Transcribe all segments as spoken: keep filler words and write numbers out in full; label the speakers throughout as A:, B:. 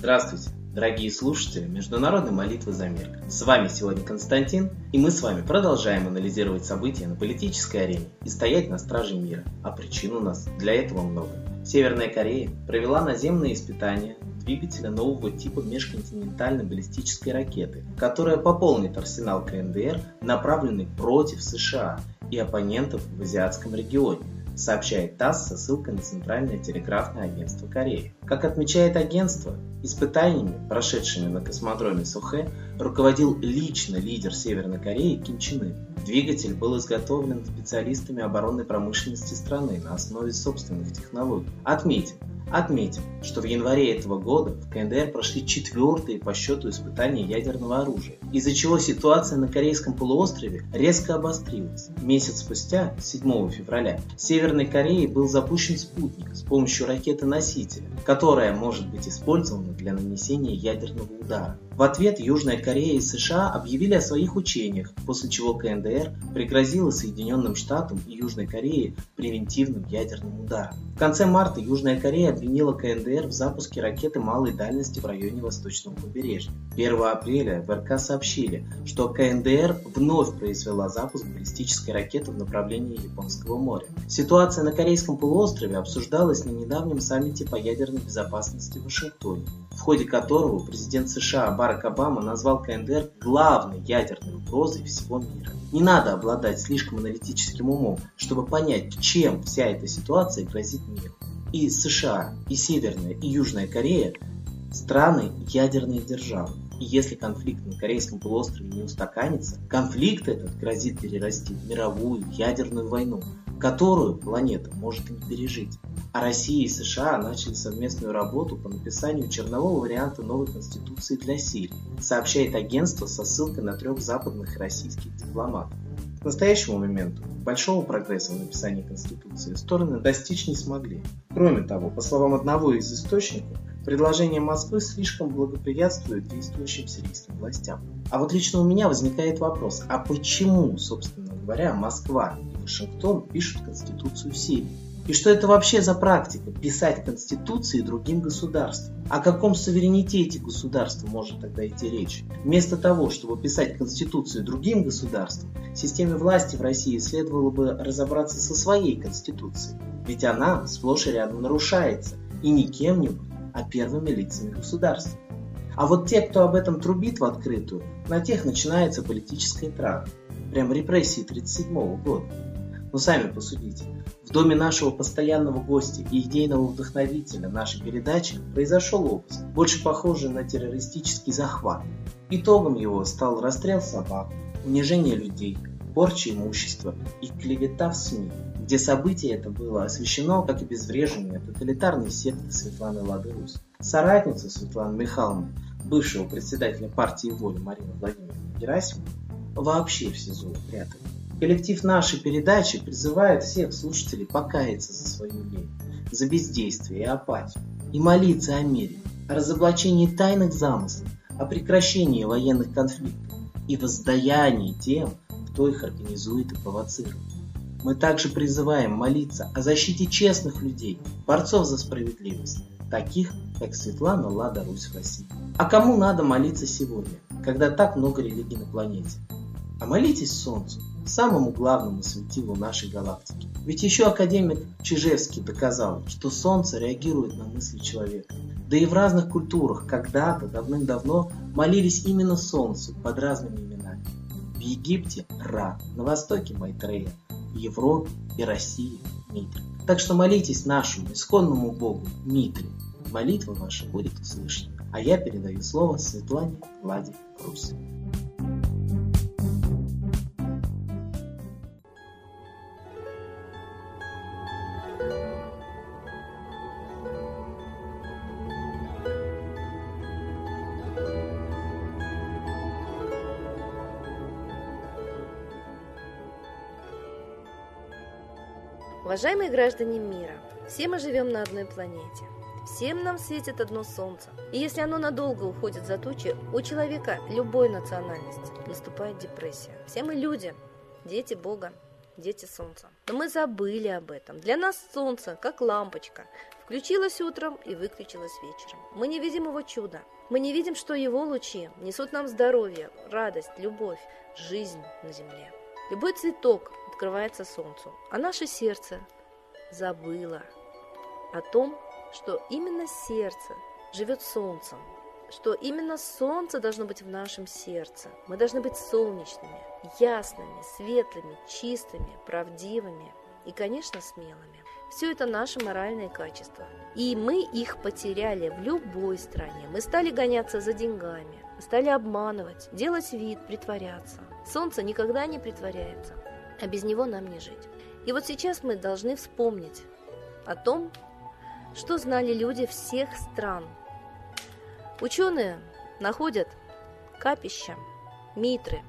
A: Здравствуйте, дорогие слушатели Международной молитвы за мир. С вами сегодня Константин, и мы с вами продолжаем анализировать события на политической арене и стоять на страже мира. А причин у нас для этого много. Северная Корея провела наземные испытания двигателя нового типа межконтинентальной баллистической ракеты, которая пополнит арсенал КНДР, направленный против США и оппонентов в азиатском регионе, сообщает ТАСС со ссылкой на Центральное телеграфное агентство Кореи. Как отмечает агентство, испытаниями, прошедшими на космодроме Сохэ, руководил лично лидер Северной Кореи Ким Чен Ын. Двигатель был изготовлен специалистами оборонной промышленности страны на основе собственных технологий. Отметим, Отметим, что в январе этого года в КНДР прошли четвертые по счету испытания ядерного оружия, из-за чего ситуация на Корейском полуострове резко обострилась. Месяц спустя, седьмого февраля, в Северной Корее был запущен спутник с помощью ракеты-носителя, которая может быть использована для нанесения ядерного удара. В ответ Южная Корея и США объявили о своих учениях, после чего КНДР пригрозила Соединенным Штатам и Южной Корее превентивным ядерным ударом. В конце марта Южная Корея обвинила КНДР в запуске ракеты малой дальности в районе восточного побережья. первого апреля в эр ка сообщили, что КНДР вновь произвела запуск баллистической ракеты в направлении Японского моря. Ситуация на Корейском полуострове обсуждалась на недавнем саммите по ядерной безопасности в Вашингтоне, в ходе которого президент США Барак Обама назвал КНДР главной ядерной угрозой всего мира. Не надо обладать слишком аналитическим умом, чтобы понять, чем вся эта ситуация грозит миру. И США, и Северная, и Южная Корея – страны ядерные державы. И если конфликт на Корейском полуострове не устаканится, конфликт этот грозит перерасти в мировую ядерную войну, которую планета может и не пережить. А Россия и США начали совместную работу по написанию чернового варианта новой конституции для Сирии, сообщает агентство со ссылкой на трех западных и российских дипломатов. К настоящему моменту большого прогресса в написании конституции стороны достичь не смогли. Кроме того, по словам одного из источников, предложение Москвы слишком благоприятствует действующим сирийским властям. А вот лично у меня возникает вопрос, а почему, собственно говоря, Москва и Вашингтон пишут конституцию Сирии? И что это вообще за практика – писать конституции другим государствам? О каком суверенитете государства может тогда идти речь? Вместо того, чтобы писать конституцию другим государствам, системе власти в России следовало бы разобраться со своей конституцией. Ведь она сплошь и рядом нарушается, и не кем-нибудь, а первыми лицами государства. А вот те, кто об этом трубит в открытую, на тех начинается политическая травля. Прям репрессии тридцать седьмого года. Но сами посудите. В доме нашего постоянного гостя и идейного вдохновителя нашей передачи произошел обыск, больше похожий на террористический захват. Итогом его стал расстрел собак, унижение людей, порча имущества и клевета в СМИ, где событие это было освещено как обезвреживание тоталитарной секты Светланы Лады-Русь. Соратницу Светланы Михайловны, бывшего председателя партии «Воля» Марины Владимировны Герасимовой, вообще в СИЗО упрятали. Коллектив нашей передачи призывает всех слушателей покаяться за свою лень, за бездействие и апатию, и молиться о мире, о разоблачении тайных замыслов, о прекращении военных конфликтов и воздаянии тем, кто их организует и провоцирует. Мы также призываем молиться о защите честных людей, борцов за справедливость, таких, как Светлана Лада-Русь в России. А кому надо молиться сегодня, когда так много религий на планете? А молитесь Солнцу, самому главному светилу нашей галактики. Ведь еще академик Чижевский доказал, что Солнце реагирует на мысли человека. Да и в разных культурах когда-то, давным-давно, молились именно Солнцу под разными именами. В Египте – Ра, на Востоке – Майтрея, в Европе и России – Митра. Так что молитесь нашему исконному Богу Митре. Молитва ваша будет услышана. А я передаю слово Светлане Ладе-Русь.
B: Уважаемые граждане мира, все мы живем на одной планете. Всем нам светит одно солнце. И если оно надолго уходит за тучи, у человека любой национальности наступает депрессия. Все мы люди, дети Бога, дети солнца. Но мы забыли об этом. Для нас солнце как лампочка, включилось утром и выключилось вечером. Мы не видим его чуда. Мы не видим, что его лучи несут нам здоровье, радость, любовь, жизнь на земле. Любой цветок открывается солнцу, а наше сердце забыло о том, что именно сердце живет солнцем, что именно солнце должно быть в нашем сердце. Мы должны быть солнечными, ясными, светлыми, чистыми, правдивыми и, конечно, смелыми. Все это наши моральные качества. И мы их потеряли в любой стране. Мы стали гоняться за деньгами, стали обманывать, делать вид, притворяться. Солнце никогда не притворяется, а без него нам не жить. И вот сейчас мы должны вспомнить о том, что знали люди всех стран. Ученые находят капища, митры,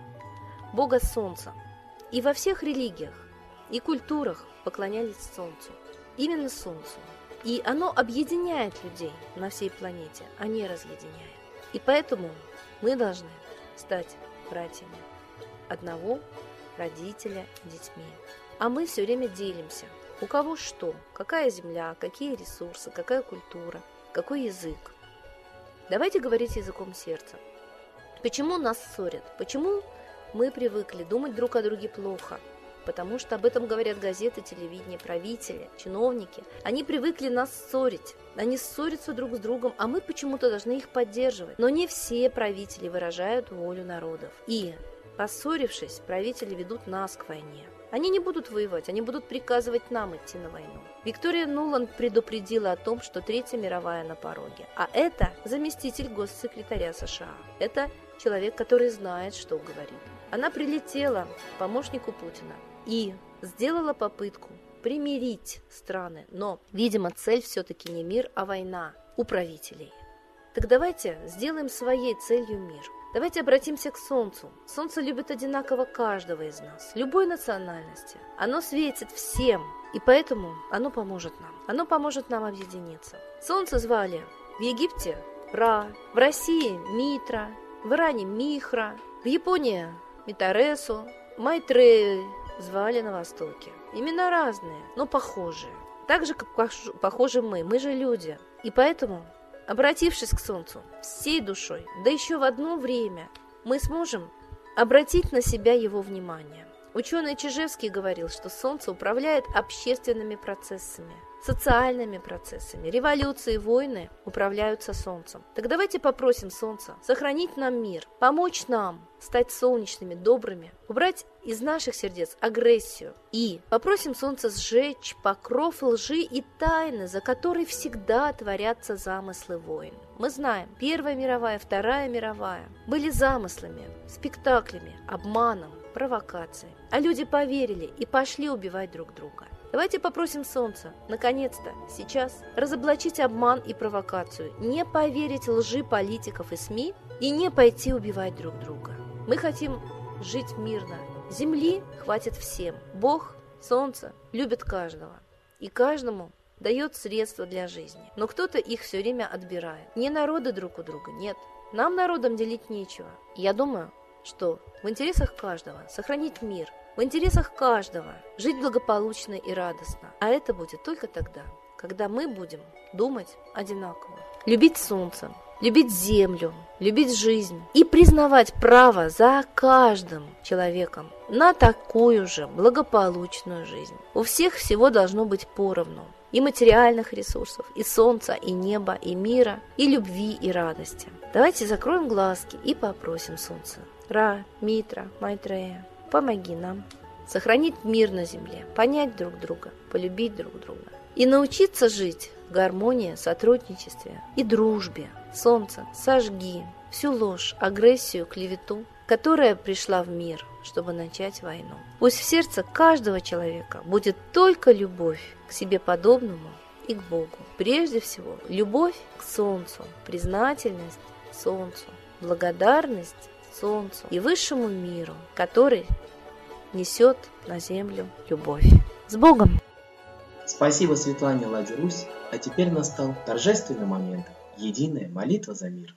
B: бога солнца. И во всех религиях и культурах поклонялись солнцу. Именно солнцу. И оно объединяет людей на всей планете, а не разъединяет. И поэтому мы должны стать братьями одного родителя детьми. А мы все время делимся. У кого что, какая земля, какие ресурсы, какая культура, какой язык. Давайте говорить языком сердца. Почему нас ссорят? Почему мы привыкли думать друг о друге плохо? Потому что об этом говорят газеты, телевидение, правители, чиновники. Они привыкли нас ссорить. Они ссорятся друг с другом, а мы почему-то должны их поддерживать. Но не все правители выражают волю народов. И, поссорившись, правители ведут нас к войне. Они не будут воевать, они будут приказывать нам идти на войну. Виктория Нуланд предупредила о том, что Третья мировая на пороге. А это заместитель госсекретаря США. Это человек, который знает, что говорит. Она прилетела к помощнику Путина и сделала попытку примирить страны. Но, видимо, цель все-таки не мир, а война у правителей. Так давайте сделаем своей целью мир. Давайте обратимся к Солнцу. Солнце любит одинаково каждого из нас, любой национальности. Оно светит всем, и поэтому оно поможет нам. Оно поможет нам объединиться. Солнце звали в Египте Ра, в России Митра, в Иране Михра, в Японии Митаресу, Майтрею звали на Востоке. Имена разные, но похожие. Так же, как похожи мы. Мы же люди. И поэтому, обратившись к Солнцу всей душой, да еще в одно время, мы сможем обратить на себя его внимание. Ученый Чижевский говорил, что Солнце управляет общественными процессами, социальными процессами. Революции, войны управляются Солнцем. Так давайте попросим Солнца сохранить нам мир, помочь нам стать солнечными, добрыми, убрать из наших сердец агрессию. И попросим Солнца сжечь покров лжи и тайны, за которой всегда творятся замыслы войн. Мы знаем, Первая мировая, Вторая мировая были замыслами, спектаклями, обманом, провокацией. А люди поверили и пошли убивать друг друга. Давайте попросим Солнца, наконец-то, сейчас, разоблачить обман и провокацию, не поверить лжи политиков и СМИ и не пойти убивать друг друга. Мы хотим жить мирно. Земли хватит всем. Бог, Солнце любит каждого. И каждому дает средства для жизни. Но кто-то их все время отбирает. Не народы друг у друга, нет. Нам, народам, делить нечего. Я думаю, что в интересах каждого сохранить мир, в интересах каждого жить благополучно и радостно. А это будет только тогда, когда мы будем думать одинаково. Любить солнце, любить землю, любить жизнь и признавать право за каждым человеком на такую же благополучную жизнь. У всех всего должно быть поровну. И материальных ресурсов, и солнца, и неба, и мира, и любви, и радости. Давайте закроем глазки и попросим Солнца. Ра, Митра, Майтрея, помоги нам сохранить мир на земле, понять друг друга, полюбить друг друга и научиться жить в гармонии, сотрудничестве и дружбе. Солнце, сожги всю ложь, агрессию, клевету, которая пришла в мир, чтобы начать войну. Пусть в сердце каждого человека будет только любовь к себе подобному и к Богу. Прежде всего, любовь к Солнцу, признательность Солнцу, благодарность Солнцу и высшему миру, который несет на землю любовь. С Богом!
A: Спасибо Светлане Ладе Русь, а теперь настал торжественный момент – единая молитва за мир.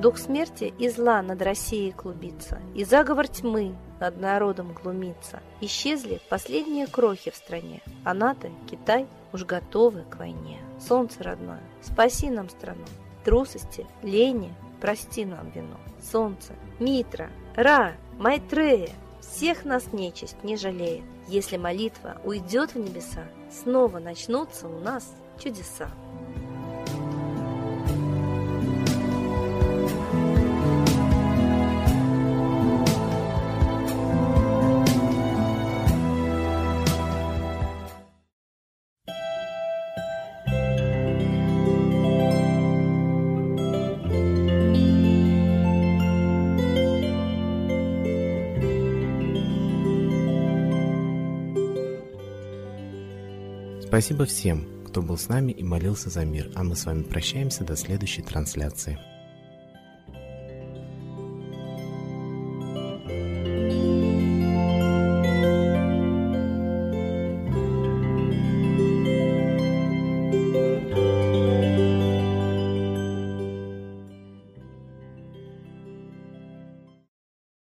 B: Дух смерти и зла над Россией клубится, и заговор тьмы над народом глумится. Исчезли последние крохи в стране, а НАТО, Китай уж готовы к войне. Солнце родное, спаси нам страну, трусости, лени, прости нам вину. Солнце, Митра, Ра, Майтрея, всех нас нечисть не жалеет. Если молитва уйдет в небеса, снова начнутся у нас чудеса.
C: Спасибо всем, кто был с нами и молился за мир, а мы с вами прощаемся до следующей трансляции.